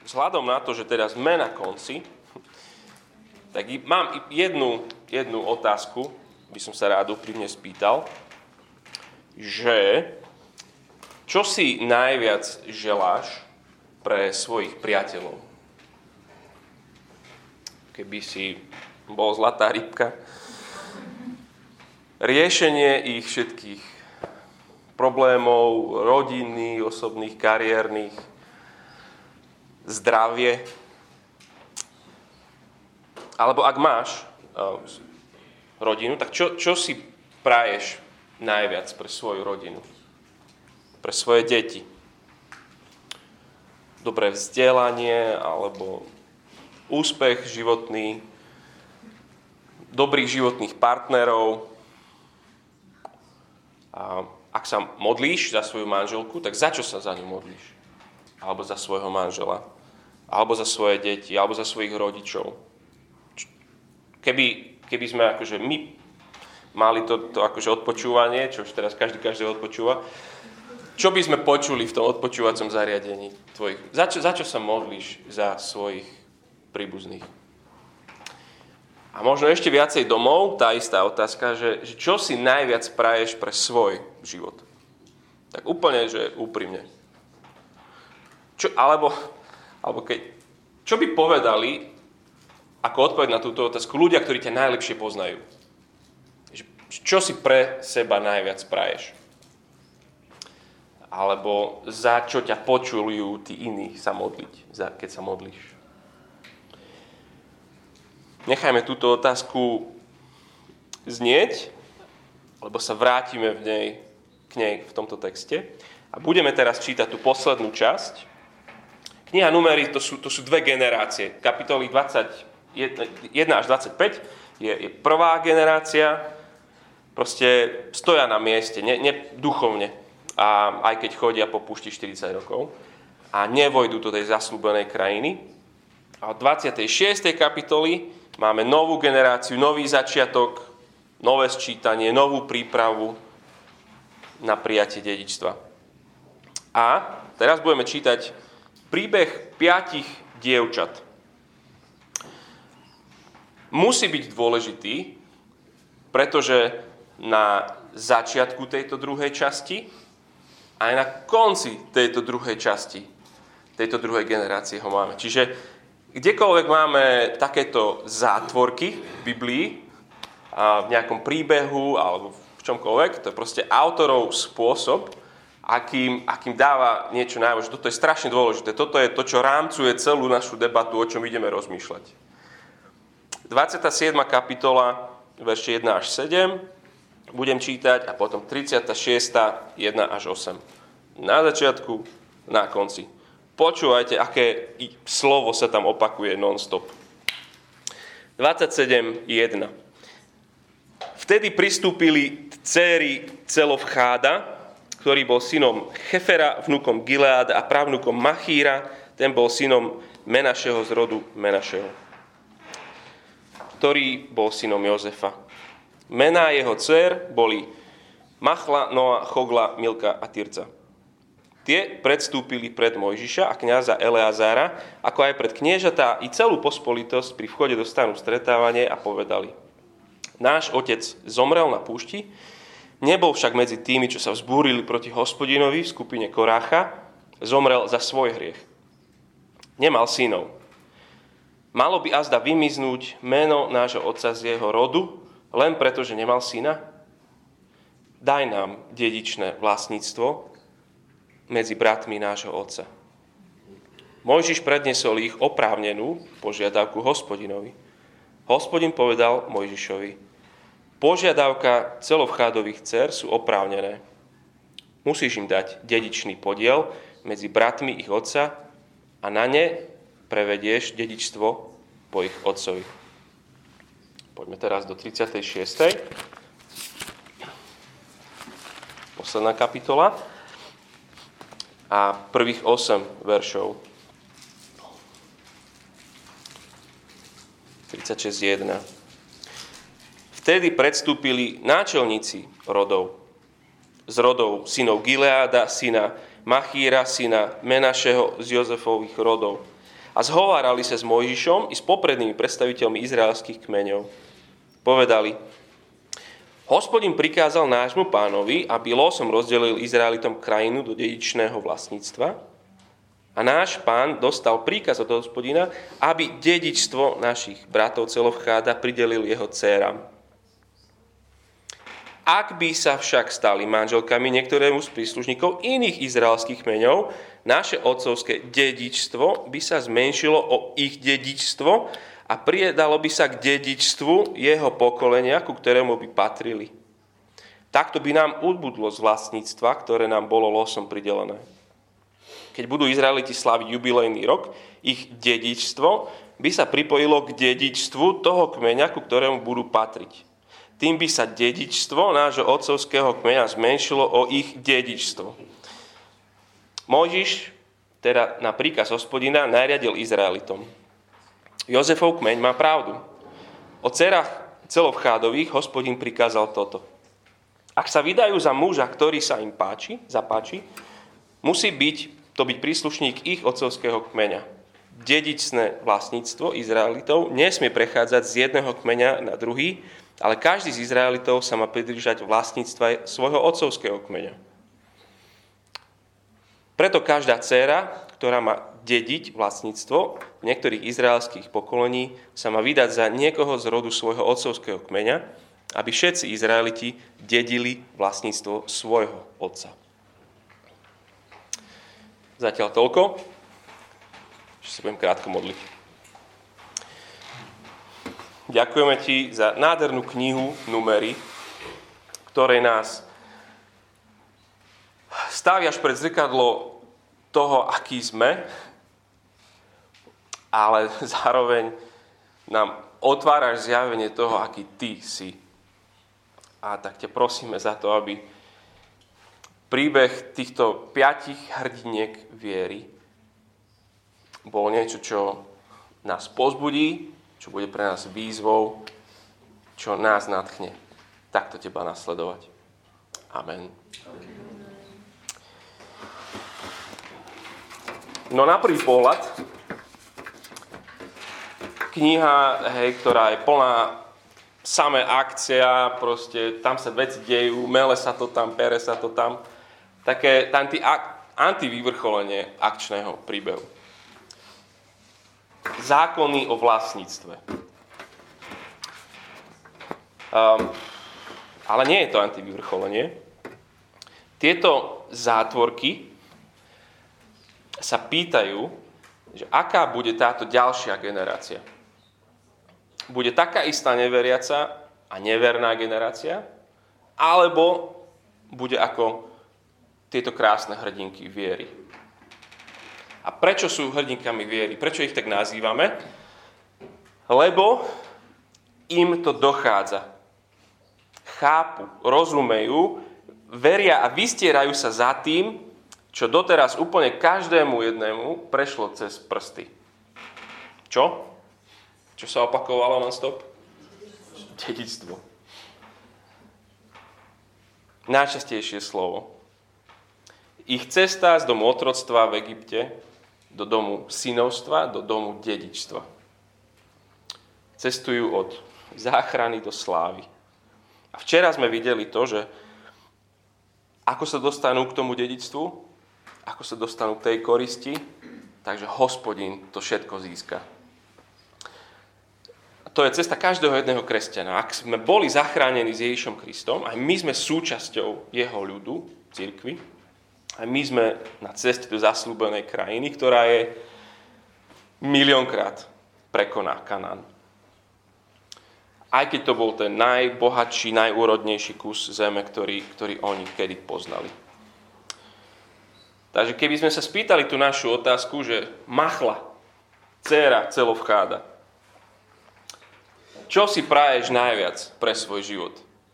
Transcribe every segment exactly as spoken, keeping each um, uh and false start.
vzhľadom na to, že teraz sme na konci, tak mám jednu, jednu otázku, by som sa rád úprimne spýtal, že čo si najviac želáš pre svojich priateľov? Keby si bol zlatá rybka. Riešenie ich všetkých problémov, rodinných, osobných, kariérnych, zdravie. Alebo ak máš uh, rodinu, tak čo, čo si praješ najviac pre svoju rodinu? Pre svoje deti? Dobré vzdelanie, alebo úspech životný, dobrých životných partnerov. A ak sa modlíš za svoju manželku, tak za čo sa za ňu modlíš? Alebo za svojho manžela? Alebo za svoje deti? Alebo za svojich rodičov? Keby, keby sme akože my mali to, to akože odpočúvanie, čo už teraz každý každý odpočúva, čo by sme počuli v tom odpočúvacom zariadení tvojich? Za čo, za čo sa modlíš za svojich príbuzných? A možno ešte viacej domov, tá istá otázka, že, že čo si najviac praješ pre svoj život? Tak úplne, že úprimne. Čo, alebo, alebo keď, čo by povedali ako odpoveď na túto otázku ľudia, ktorí ťa najlepšie poznajú? Čo si pre seba najviac praješ? Alebo za čo ťa počujú tí iní sa modliť, za, keď sa modlíš? Nechajme túto otázku znieť, lebo sa vrátime v nej, k nej v tomto texte. A budeme teraz čítať tú poslednú časť. Kniha Númery, to sú, to sú dve generácie. Kapitoly dvadsaťjeden až dvadsaťpäť je, je prvá generácia, proste stoja na mieste, ne, ne, duchovne, a aj keď chodia po púšti štyridsať rokov a nevojdu do tej zasľúbenej krajiny. A od dvadsiatej šiestej kapitoly máme novú generáciu, nový začiatok, nové sčítanie, novú prípravu na prijatie dedičstva. A teraz budeme čítať príbeh piatich dievčat. Musí byť dôležitý, pretože na začiatku tejto druhej časti aj na konci tejto druhej časti, tejto druhej generácie ho máme. Čiže kdekoľvek máme takéto zátvorky v Biblii, a v nejakom príbehu alebo v čomkoľvek, to je proste autorov spôsob, akým, akým dáva niečo najavo, že toto je strašne dôležité. Toto je to, čo rámcuje celú našu debatu, o čom ideme rozmýšľať. dvadsiata siedma kapitola, verše jeden až sedem, budem čítať, a potom tridsiata šiesta jeden až osem. Na začiatku, na konci. Počúvajte, aké slovo sa tam opakuje non-stop. dvadsaťsedem jeden. Vtedy pristúpili dcéry Celofcháda, ktorý bol synom Chefera, vnukom Gileáda a pravnukom Machíra, ten bol synom Menašeho z rodu Menašeho, ktorý bol synom Jozefa. Mená jeho dcér boli Machla, Noa, Chogla, Milka a Tirca. Tie predstúpili pred Mojžiša a kňaza Eleazára, ako aj pred kniežatá i celú pospolitosť pri vchode do stanu stretávanie a povedali: Náš otec zomrel na púšti, nebol však medzi tými, čo sa vzbúrili proti Hospodinovi v skupine Korácha, zomrel za svoj hriech. Nemal synov. Malo by azda vymiznúť meno nášho otca z jeho rodu, len preto, že nemal syna? Daj nám dedičné vlastníctvo medzi bratmi nášho otca. Mojžiš predniesol ich oprávnenú požiadavku Hospodinovi. Hospodin povedal Mojžišovi: Požiadavka Celofchádových dcer sú oprávnené. Musíš im dať dedičný podiel medzi bratmi ich otca a na ne prevedieš dedičstvo po ich otcovi. Poďme teraz do tridsiatej šiestej Posledná kapitola a prvých osem veršov. tridsaťšesť jeden. Vtedy predstúpili náčelníci rodov. Z rodov synov Gileáda, syna Machíra, syna Menašeho z Jozefových rodov. a zhovárali sa s Mojžišom i s poprednými predstaviteľmi izraelských kmeňov. Povedali: Hospodin prikázal nášmu pánovi, aby losom rozdelil Izraelitom krajinu do dedičného vlastníctva, a náš pán dostal príkaz od Hospodina, aby dedičstvo našich bratov Celofcháda pridelil jeho dcéram. Ak by sa však stali manželkami niektorému z príslušníkov iných izraelských kmeňov, naše otcovské dedičstvo by sa zmenšilo o ich dedičstvo a priedalo by sa k dedičstvu jeho pokolenia, ku ktorému by patrili. Takto by nám ubudlo z vlastníctva, ktoré nám bolo losom pridelené. Keď budú Izraeliti slaviť jubilejný rok, ich dedičstvo by sa pripojilo k dedičstvu toho kmeňa, ku ktorému budú patriť. Tým by sa dedičstvo nášho otcovského kmeňa zmenšilo o ich dedičstvo. Mojžiš teda na príkaz Hospodina nariadil Izraelitom: Jozefov kmeň má pravdu. O dcerách Celofchádových Hospodin prikázal toto: Ak sa vydajú za muža, ktorý sa im páči, zapáči, musí byť to byť príslušník ich otcovského kmeňa. Dedičné vlastníctvo Izraelitov nesmie prechádzať z jedného kmeňa na druhý, ale každý z Izraelitov sa má pridržať vlastníctva svojho otcovského kmeňa. Preto každá dcéra, ktorá má dediť vlastníctvo v niektorých izraelských pokolení, sa má vydať za niekoho z rodu svojho otcovského kmeňa, aby všetci Izraeliti dedili vlastníctvo svojho otca. Zatiaľ toľko, že sa budem krátko modliť. Ďakujeme ti za nádhernú knihu Númery, ktorej nás staviaš pred zrkadlo toho, aký sme, ale zároveň nám otváraš zjavenie toho, aký ty si. A tak ťa prosíme za to, aby príbeh týchto piatich hrdiniek viery bol niečo, čo nás pozbudí, čo bude pre nás výzvou, čo nás nadchne takto teba nasledovať. Amen. No na prvý pohľad, kniha, hej, ktorá je plná samé akcia, proste tam sa veci dejú, mele sa to tam, pere sa to tam. Také antivyvrcholenie akčného príbehu. Zákony o vlastníctve. Um, ale nie je to antivyvrcholenie. Tieto zátvorky sa pýtajú, že aká bude táto ďalšia generácia. Bude taká istá neveriaca a neverná generácia, alebo bude ako tieto krásne hrdinky viery. A prečo sú hrdinkami viery? Prečo ich tak nazývame? Lebo im to dochádza. Chápu, rozumejú, veria a vystierajú sa za tým, čo doteraz úplne každému jednému prešlo cez prsty. Čo? Čo sa opakovalo non-stop? Dedičstvo. Najčastejšie slovo. Ich cesta z domu otroctva v Egypte do domu synovstva, do domu dedičstva. Cestujú od záchrany do slávy. A včera sme videli to, že ako sa dostanú k tomu dedičstvu, ako sa dostanú k tej koristi, takže Hospodin to všetko získa. A to je cesta každého jedného kresťana. Ak sme boli zachránení s Ježišom Kristom, aj my sme súčasťou jeho ľudu, cirkvi, a my sme na ceste do zasľúbenej krajiny, ktorá je miliónkrát prekoná Kanán. Aj keď to bol ten najbohatší, najúrodnejší kus zeme, ktorý, ktorý oni kedy poznali. Takže keby sme sa spýtali tú našu otázku, že Machla, dcéra Celofcháda, čo si praješ najviac pre svoj život?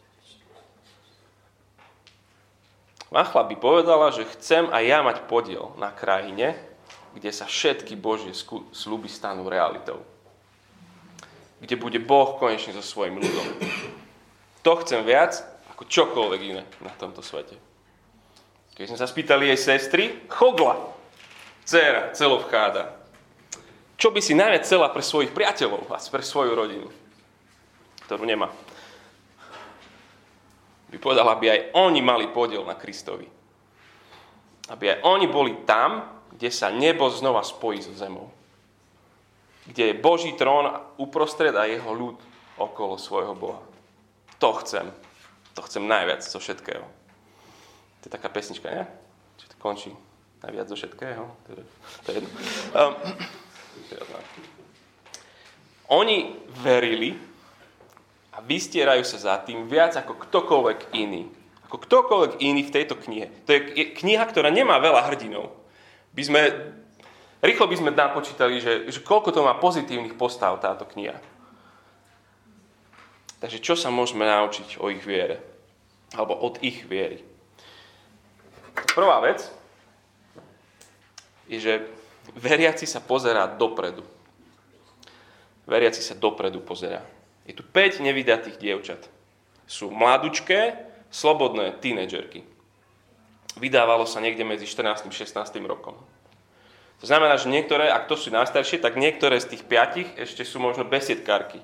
Machla by povedala, že chcem aj ja mať podiel na krajine, kde sa všetky Božie sľuby stanú realitou. Kde bude Boh konečne so svojím ľudom. To chcem viac ako čokoľvek iné na tomto svete. Keď sme sa spýtali jej sestry, Chogla, dcéra Celofcháda, čo by si najviac chcela pre svojich priateľov a pre svoju rodinu, ktorú nemá. By povedala, aby aj oni mali podiel na Kristovi. Aby aj oni boli tam, kde sa nebo znova spojí so zemou. Kde je Boží trón uprostred a jeho ľud okolo svojho Boha. To chcem. To chcem najviac zo všetkého. To je taká pesnička, nie? Či to končí najviac zo všetkého? To je, to je jedno. Um, oni verili a vystierajú sa za tým viac ako ktokoľvek iný. Ako ktokoľvek iný v tejto knihe. To je kniha, ktorá nemá veľa hrdinov. By sme, rýchlo by sme napočítali, že, že koľko to má pozitívnych postav táto kniha. Takže čo sa môžeme naučiť o ich viere? Alebo od ich viery? Prvá vec je, že veriaci sa pozerá dopredu. Veriaci sa dopredu pozerá. Je tu päť nevydatých dievčat. Sú mladučké, slobodné tínedžerky. Vydávalo sa niekde medzi štrnásť a šestnásť rokom. To znamená, že niektoré, ak to sú najstaršie, tak niektoré z tých piatich ešte sú možno besiedkárky.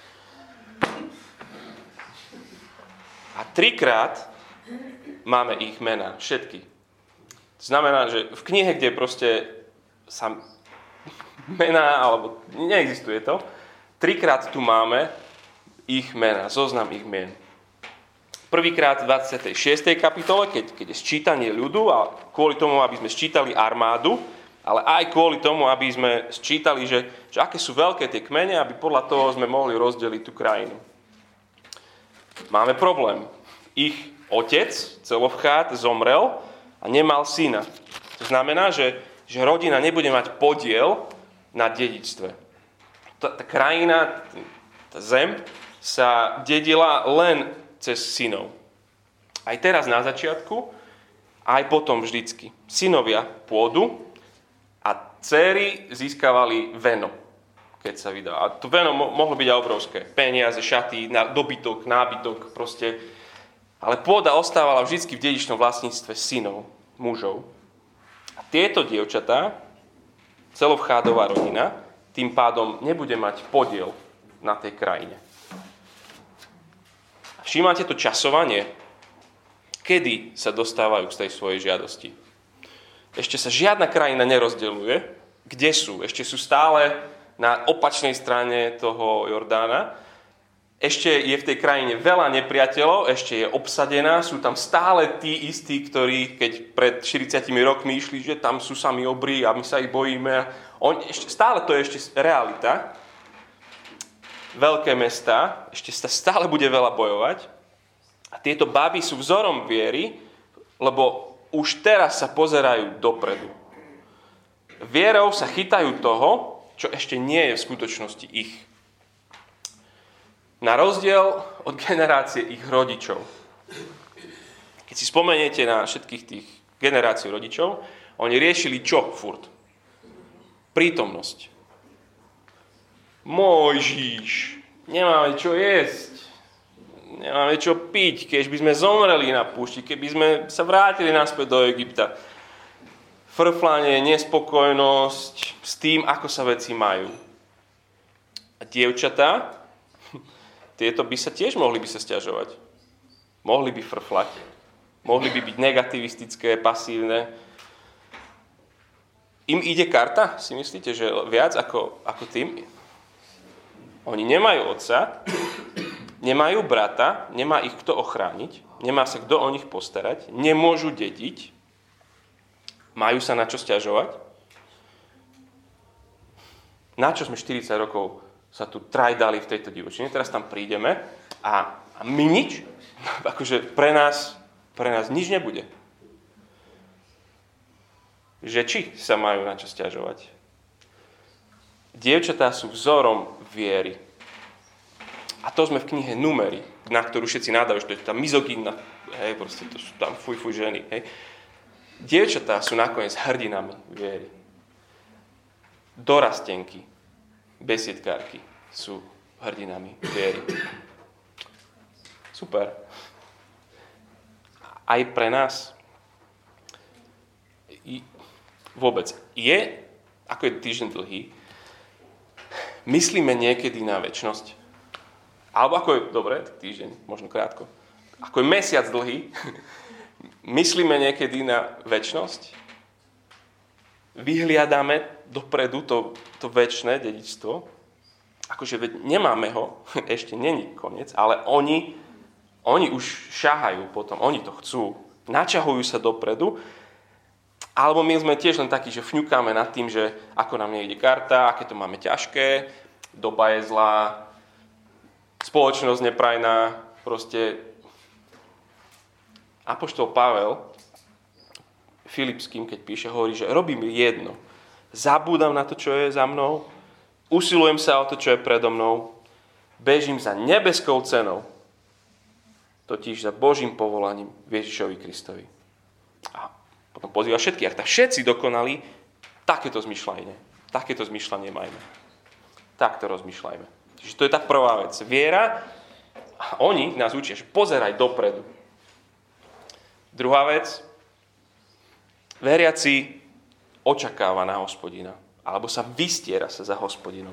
A trikrát máme ich mená, všetky. To znamená, že v knihe, kde proste sa mená, alebo neexistuje to, trikrát tu máme ich mená, zoznam ich mien. Prvýkrát v dvadsiatej šiestej kapitole, keď, keď je sčítanie ľudu, a kvôli tomu, aby sme sčítali armádu, ale aj kvôli tomu, aby sme sčítali, že, že aké sú veľké tie kmene, aby podľa toho sme mohli rozdeliť tú krajinu. Máme problém. Ich otec, Celofchát, zomrel a nemal syna. To znamená, že, že rodina nebude mať podiel na dedičstve. Tá, tá krajina, tá zem sa dedila len cez synov. Aj teraz na začiatku, aj potom vždycky. Synovia pôdu a dcéry získavali veno, keď sa vydá. A to veno mo- mohlo byť aj obrovské. Peniaze, šaty, dobytok, nábytok, proste. Ale pôda ostávala vždy v dedičnom vlastníctve synov, mužov. A tieto dievčatá, Celofchádová rodina, tým pádom nebude mať podiel na tej krajine. A všímate to časovanie? Kedy sa dostávajú z tej svojej žiadosti? Ešte sa žiadna krajina nerozdeľuje. Kde sú? Ešte sú stále na opačnej strane toho Jordána. Ešte je v tej krajine veľa nepriateľov, ešte je obsadená, sú tam stále tí istí, ktorí, keď pred štyridsiatimi rokmi išli, že tam sú sami obrí a my sa ich bojíme. On, ešte, stále to je ešte realita. Veľké mestá, ešte sa stále bude veľa bojovať. A tieto baby sú vzorom viery, lebo už teraz sa pozerajú dopredu. Vierou sa chytajú toho, čo ešte nie je v skutočnosti ich. Na rozdiel od generácie ich rodičov. Keď si spomeniete na všetkých tých generácií rodičov, oni riešili čo furt? Prítomnosť. Mojžiš, nemáme čo jesť, nemáme čo piť, keď by sme zomreli na púšti, keby sme sa vrátili naspäť do Egypta. Frflanie, nespokojnosť s tým, ako sa veci majú. A dievčatá, tieto by sa tiež mohli by sa sťažovať. Mohli by frflať. Mohli by byť negativistické, pasívne. Im ide karta? Si myslíte, že viac ako, ako tým? Oni nemajú otca, nemajú brata, nemá ich kto ochrániť, nemá sa kto o nich postarať, nemôžu dediť, majú sa na čo sťažovať. Na čo sme štyridsať rokov sa tu trajdali v tejto divočine. Teraz tam prídeme a, a my nič. Akože pre nás, pre nás nič nebude. Že či sa majú na čo sťažovať. Dievčatá sú vzorom viery. A to sme v knihe Númery, na ktorú všetci nadávajú, že to je tá mizogínna, hej, proste to sú tam fuj, fuj ženy, hej. Dievčatá sú nakoniec hrdinami viery. Dorastenky, besiedkárky sú hrdinami viery. Super. Aj pre nás I, vôbec je, ako je týždeň dlhý, myslíme niekedy na večnosť? Alebo ako je, dobre, týždeň, možno krátko, ako je mesiac dlhý, myslíme niekedy na večnosť? Vyhliadame dopredu to, to večné dedičstvo? Akože nemáme ho, ešte není koniec, ale oni, oni už šahajú potom, oni to chcú, načahujú sa dopredu. Alebo my sme tiež len takí, že fňukáme nad tým, že ako nám nejde karta, aké to máme ťažké, doba je zlá, spoločnosť neprajná, proste. Apoštol Pavel Filipským, keď píše, hovorí, že robím jedno. Zabúdam na to, čo je za mnou, usilujem sa o to, čo je predo mnou, bežím za nebeskou cenou, totiž za Božím povolaním Ježišovi Kristovi. A potom pozýva všetkých, ak tak všetci dokonali, takéto zmyšľanie. Takéto zmyšľanie majme. Takto rozmýšľajme. Čiže to je tá prvá vec. Viera, a oni nás učia, že pozeraj dopredu. Druhá vec, veriaci očakáva na Hospodina, alebo sa vystiera sa za Hospodinom.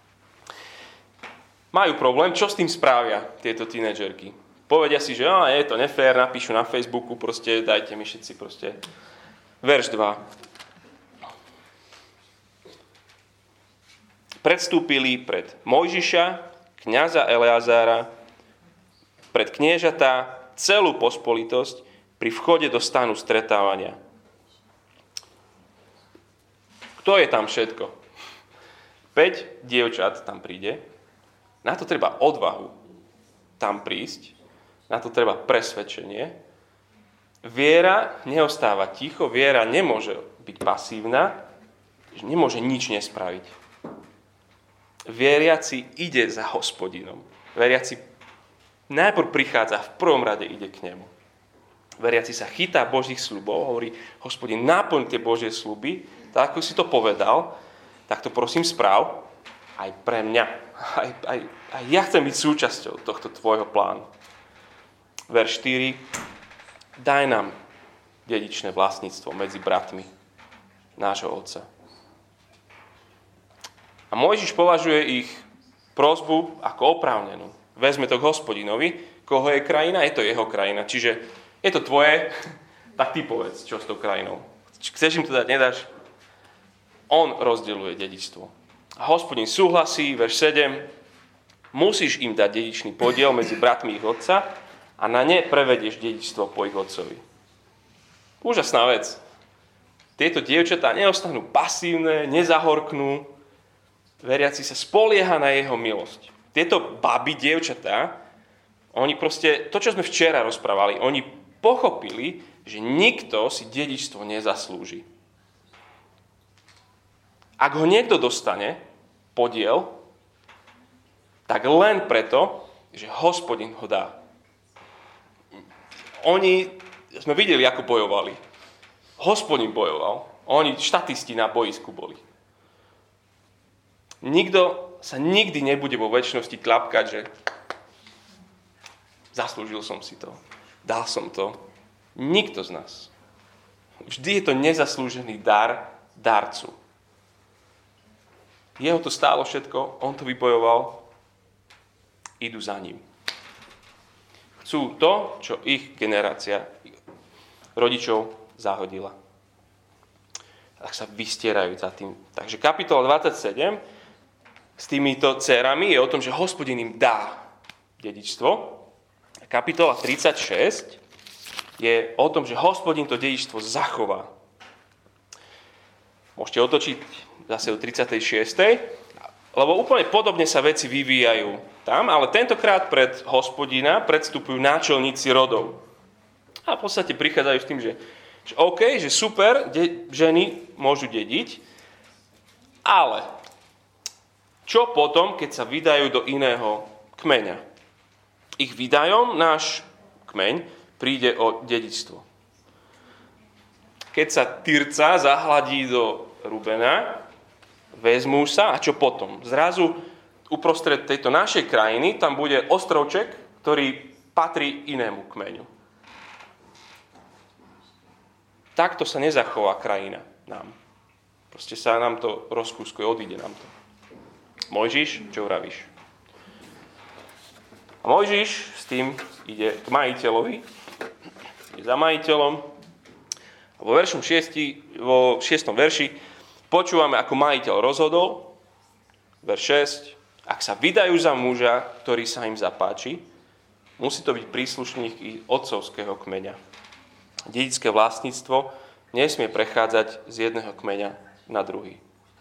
Majú problém, čo s tým správia tieto tínedžerky? Povedia si, že á, je to nefér, napíšu na Facebooku, proste dajte mi všetci proste. Verš dva. Predstúpili pred Mojžiša, kňaza Eleazára, pred kniežatá, celú pospolitosť pri vchode do stanu stretávania. Kto je tam všetko? Päť dievčat tam príde. Na to treba odvahu tam prísť. Na to treba presvedčenie. Viera neostáva ticho. Viera nemôže byť pasívna. Nemôže nič nespraviť. Veriaci ide za Hospodinom. Veriaci najprv prichádza, v prvom rade ide k nemu. Veriaci sa chytá Božích sľubov, hovorí, Hospodin, náplň tie Božie sľuby, tak ako si to povedal, tak to prosím správ aj pre mňa. Aj, aj, aj ja chcem byť súčasťou tohto tvojho plánu. Verš štyri. Daj nám dedičné vlastníctvo medzi bratmi nášho otca. A Mojžiš považuje ich prosbu ako oprávnenú. Vezme to k Hospodinovi, koho je krajina, je to jeho krajina. Čiže je to tvoje, tak ty povedz, čo s tou krajinou. Chceš im to dať, nedáš? On rozdeľuje dedičstvo. A Hospodin súhlasí, verš sedem, musíš im dať dedičný podiel medzi bratmi ich otca a na ne prevedieš dedičstvo po ich otcovi. Úžasná vec. Tieto dievčatá neostanú pasívne, nezahorknú. Veriaci sa spolieha na jeho milosť. Tieto baby, dievčatá, oni proste, to, čo sme včera rozprávali, oni pochopili, že nikto si dedičstvo nezaslúži. Ak ho niekto dostane, podiel, tak len preto, že Hospodin ho dá. Oni, sme videli, ako bojovali. Hospodin bojoval. Oni štatisti na boisku boli. Nikto sa nikdy nebude vo večnosti tlapkať, že zaslúžil som si to, dal som to. Nikto z nás. Vždy je to nezaslúžený dar darcu. Jeho to stálo všetko, on to vybojoval, idú za ním. Chcú to, čo ich generácia rodičov zahodila. Tak sa vystierajú za tým. Takže kapitola dvadsaťsedem s týmito dcerami je o tom, že Hospodin im dá dedičstvo. Kapitola tridsaťšesť je o tom, že Hospodin to dedičstvo zachová. Môžete otočiť zase do tridsiatej šiestej lebo úplne podobne sa veci vyvíjajú tam, ale tentokrát pred Hospodina predstupujú náčelníci rodov. A v podstate prichádzajú s tým, že, že OK, že super, de- ženy môžu dediť, ale čo potom, keď sa vydajú do iného kmeňa? Ich vydajom náš kmeň príde o dedičstvo. Keď sa Tyrca zahladí do Rubena, vezmú sa a čo potom? Zrazu uprostred tejto našej krajiny tam bude ostrovček, ktorý patrí inému kmeňu. Takto sa nezachová krajina nám. Proste sa nám to rozkúskuje, odíde nám to. Mojžiš, čo vravíš? A Mojžiš s tým ide k majiteľovi, ide za majiteľom. A vo, veršom šiesti, vo šiestom verši počúvame, ako majiteľ rozhodol, verš šesť, ak sa vydajú za muža, ktorý sa im zapáči, musí to byť príslušník ich otcovského kmeňa. Dedické vlastníctvo nesmie prechádzať z jedného kmeňa na druhý.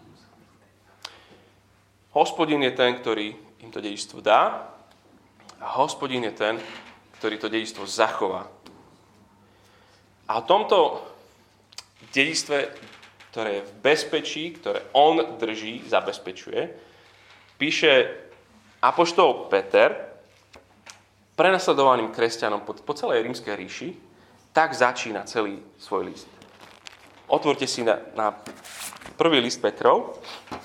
Hospodin je ten, ktorý im to dedičstvo dá, a Hospodin je ten, ktorý to dedičstvo zachová. A o tomto dedičstve, ktoré je v bezpečí, ktoré on drží, zabezpečuje, píše apoštol Peter prenasledovaným kresťanom po, po celej rímskej ríši. Tak začína celý svoj list. Otvorte si na, na prvý list Petrov.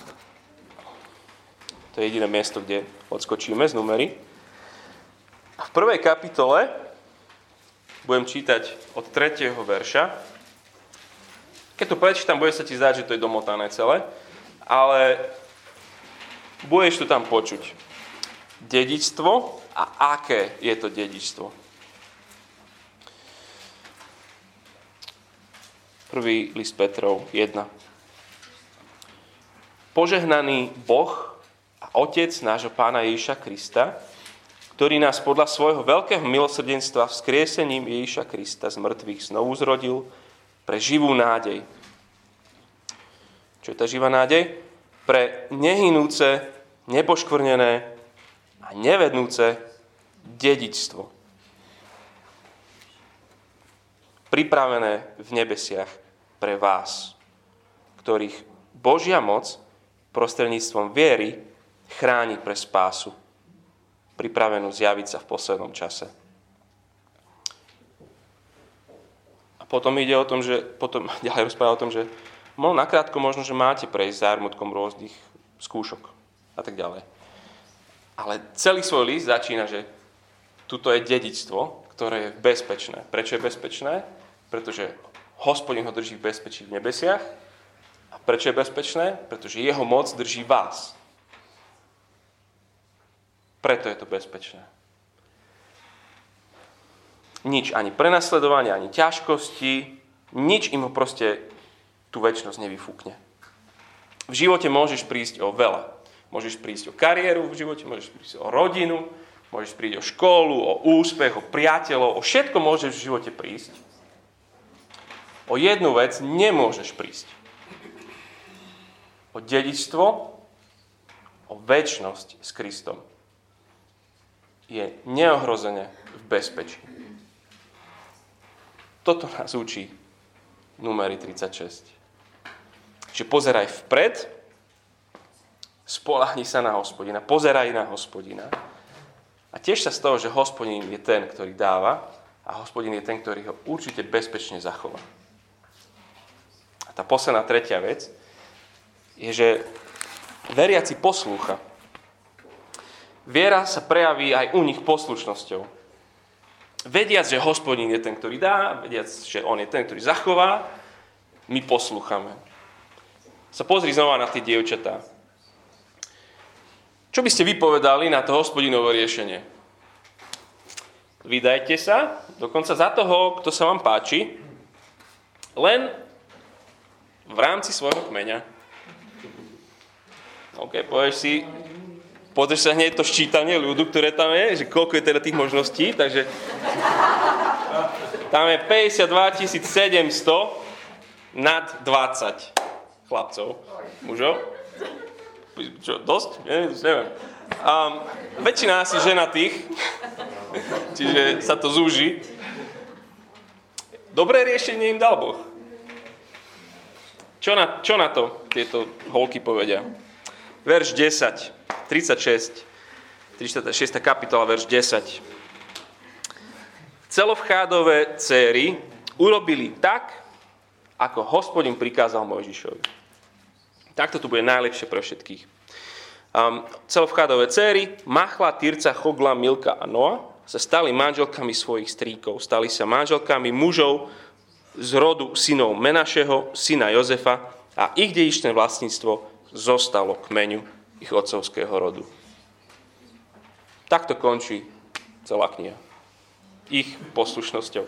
To je jediné miesto, kde odskočíme z numery. A v prvej kapitole budem čítať od tretieho verša. Keď to prečítam, bude sa ti zdať, že to je domotané celé, ale budeš to tam počuť. Dedičstvo a aké je to dedičstvo. Prvý list Petrov jeden. Požehnaný Boh a Otec nášho Pána Ježiša Krista, ktorý nás podľa svojho veľkého milosrdenstva vzkriesením Ježiša Krista z mŕtvych znovu zrodil pre živú nádej. Čo je tá živá nádej? Pre nehynúce, nepoškvrnené a nevednúce dedičstvo. Pripravené v nebesiach pre vás, ktorých Božia moc prostredníctvom viery chráni pre spásu, pripravenú zjaviť sa v poslednom čase. A potom ide o tom, že potom ďalej rozpráva o tom, že no, nakrátko možno, že máte prejsť zármutkom rôznych skúšok a tak ďalej. Ale celý svoj list začína, že tuto je dedičstvo, ktoré je bezpečné. Prečo je bezpečné? Pretože Hospodin ho drží v bezpečí v nebesiach. A prečo je bezpečné? Pretože jeho moc drží vás. Preto je to bezpečné. Nič, ani prenasledovanie, ani ťažkosti, nič im ho proste tú večnosť nevyfúkne. V živote môžeš prísť o veľa. Môžeš prísť o kariéru v živote, môžeš prísť o rodinu, môžeš prísť o školu, o úspech, o priateľov, o všetko môžeš v živote prísť. O jednu vec nemôžeš prísť. O dedičstvo, o večnosť s Kristom. Je neohrozené v bezpečí. Toto nás učí numery tridsaťšesť. Že pozeraj vpred, spoľahni sa na Hospodina, pozeraj na Hospodina a tiež sa z toho, že Hospodin je ten, ktorý dáva a Hospodin je ten, ktorý ho určite bezpečne zachová. A tá posledná tretia vec je, že veriaci poslúcha. Viera sa prejaví aj u nich poslušnosťou. Vediac, že Hospodin je ten, ktorý dá, vediac, že on je ten, ktorý zachová, my poslúchame. Sa pozri znova na tie dievčatá. Čo by ste vypovedali na to Hospodinovo riešenie? Vydajte sa, dokonca za toho, kto sa vám páči, len v rámci svojho kmeňa. OK, povieš si, pozrieš sa hneď to ščítanie ľudu, ktoré tam je, že koľko je teda tých možností, takže tam je päťdesiatdva tisíc sedemsto nad dvadsať chlapcov, mužov. Čo, dosť? Nie, neviem. Um, väčšina asi ženatých, čiže sa to zúži. Dobré riešenie im dal Boh. Čo na, čo na to tieto holky povedia? Verš desať, tridsaťšesť, tridsiata šiesta kapitola, verš desať. Celovchádové céry urobili tak, ako Hospodin prikázal Mojžišovi. Takto to bude najlepšie pre všetkých. Um, celovchádové céry, Machla, Tirca, Chogla, Milka a Noa sa stali manželkami svojich strýkov. Stali sa manželkami mužov z rodu synov Menašeho, syna Jozefa a ich dedičné vlastníctvo zostalo kmeňu ich otcovského rodu. Takto končí celá kniha. Ich poslušnosťou.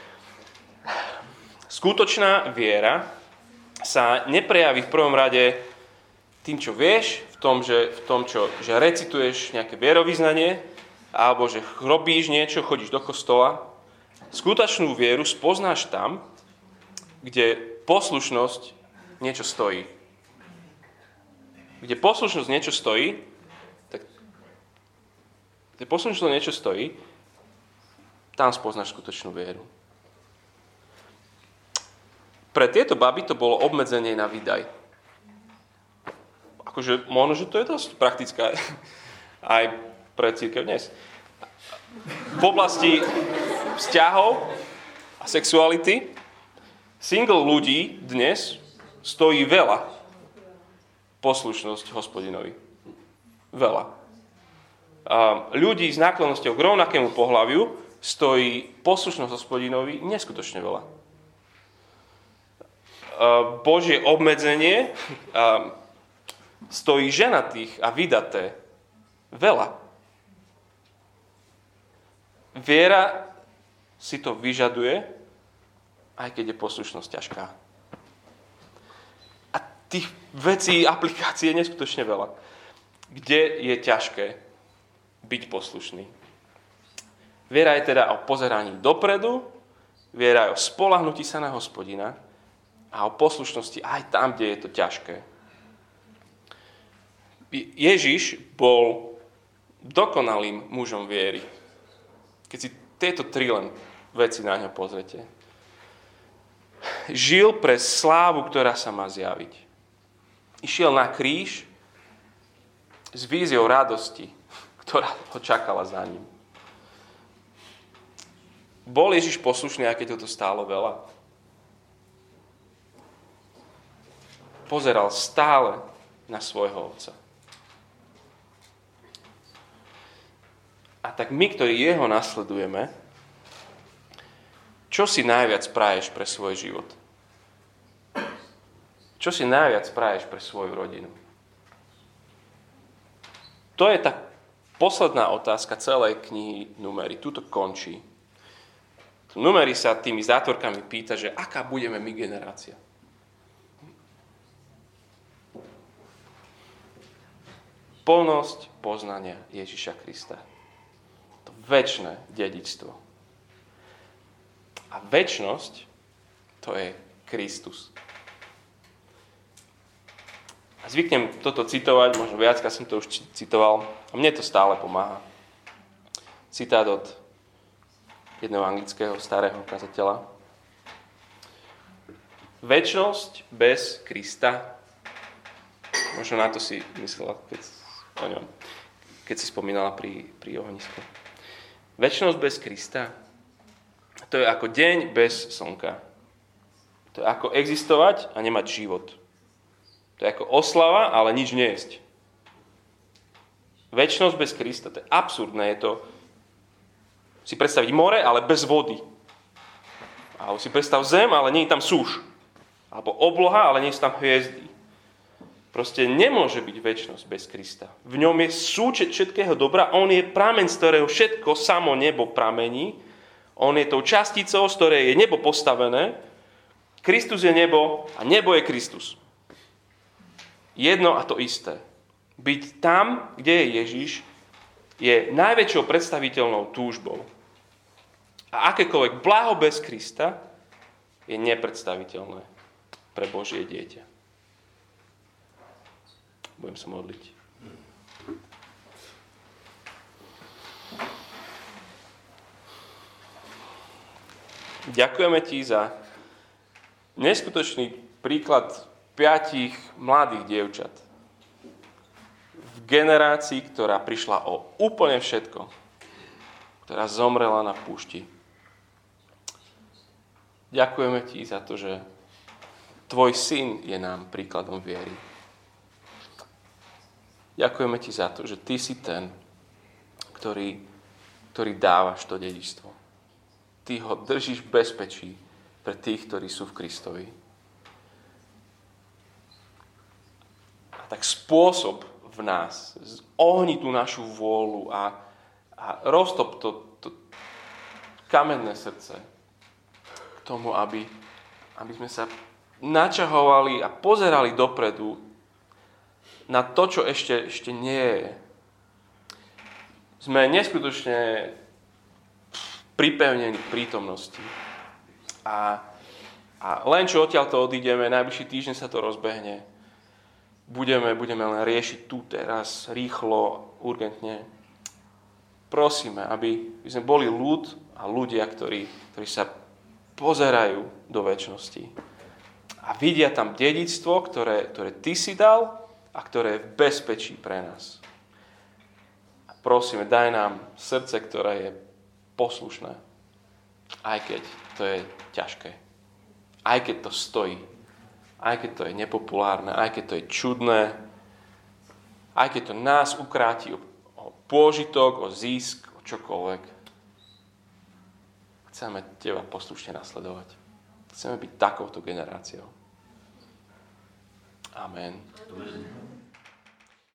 Skutočná viera sa neprejaví v prvom rade tým, čo vieš, v tom, že, v tom čo, že recituješ nejaké vierovyznanie, alebo že robíš niečo, chodíš do kostola. Skutočnú vieru spoznáš tam, kde poslušnosť niečo stojí. Kde poslušnosť niečo stojí, tak kde poslušnosť niečo stojí, tam spoznáš skutočnú vieru. Pre tieto baby to bolo obmedzenie na výdaj. Akože možno, že to je dosť praktické aj pre cirkev dnes. V oblasti vzťahov a sexuality single ľudí dnes stojí veľa poslušnosť Hospodinovi. Veľa. A ľudí s náklonnosťou k rovnakému pohlaviu stojí poslušnosť Hospodinovi neskutočne veľa. Božie obmedzenie stojí ženatých a vydaté veľa. Viera si to vyžaduje, aj keď je poslušnosť ťažká. A tých vecí, aplikácií je neskutočne veľa. Kde je ťažké byť poslušný? Viera je teda o pozeraní dopredu, viera je o spoľahnutí sa na Hospodina, a o poslušnosti aj tam, kde je to ťažké. Ježiš bol dokonalým mužom viery. Keď si tieto tri len veci na ňo pozrete. Žil pre slávu, ktorá sa má zjaviť. Išiel na kríž s víziou radosti, ktorá ho čakala za ním. Bol Ježiš poslušný, aj keď ho to stálo veľa? Pozeral stále na svojho otca. A tak my, ktorí jeho nasledujeme, čo si najviac praješ pre svoj život? Čo si najviac praješ pre svoju rodinu? To je tá posledná otázka celej knihy Númery. Tuto končí. Númery sa tými zátvorkami pýta, že aká budeme my generácia? Plnosť poznania Ježiša Krista. To večné dedičstvo. A večnosť, to je Kristus. A zvyknem toto citovať, možno viackrát som to už citoval, a mne to stále pomáha. Citát od jedného anglického starého kazateľa. Večnosť bez Krista, možno na to si myslela, keď o ňom, keď si spomínala pri, pri ohnisku. Večnosť bez Krista, to je ako deň bez slnka. To je ako existovať a nemať život. To je ako oslava, ale nič nejesť. Večnosť bez Krista, to je absurdné. Je to si predstaviť more, ale bez vody. Alebo si predstav zem, ale nie je tam súš. Alebo obloha, ale nie sú tam hviezdy. Proste nemôže byť večnosť bez Krista. V ňom je súčet všetkého dobra. On je prameň, z ktorého všetko samo nebo pramení. On je tou časticou, z ktorej je nebo postavené. Kristus je nebo a nebo je Kristus. Jedno a to isté. Byť tam, kde je Ježiš, je najväčšou predstaviteľnou túžbou. A akékoľvek blaho bez Krista je nepredstaviteľné pre Božie dieťa. Budem sa modliť. Ďakujeme ti za neskutočný príklad piatich mladých dievčat v generácii, ktorá prišla o úplne všetko, ktorá zomrela na púšti. Ďakujeme ti za to, že tvoj syn je nám príkladom viery. Ďakujeme ti za to, že ty si ten, ktorý, ktorý dávaš to dedičstvo. Ty ho držíš v bezpečí pre tých, ktorí sú v Kristovi. A tak spôsob v nás. Ohni tú našu vôľu a, a roztop to, to kamenné srdce k tomu, aby, aby sme sa načahovali a pozerali dopredu na to, čo ešte, ešte nie je. Sme neskutočne pripevnení k prítomnosti. A, a len čo odtiaľto odídeme, najbližší týždeň sa to rozbehne. Budeme, budeme len riešiť tu teraz, rýchlo, urgentne. Prosíme, aby sme boli ľud a ľudia, ktorí, ktorí sa pozerajú do večnosti. A vidia tam dedičstvo, ktoré, ktoré ty si dal a ktoré je v bezpečí pre nás. A prosíme, daj nám srdce, ktoré je poslušné. Aj keď to je ťažké. Aj keď to stojí. Aj keď to je nepopulárne. Aj keď to je čudné. Aj keď to nás ukráti o, o pôžitok, o zisk, o čokoľvek. Chceme teba poslušne nasledovať. Chceme byť takouto generáciou. Amen.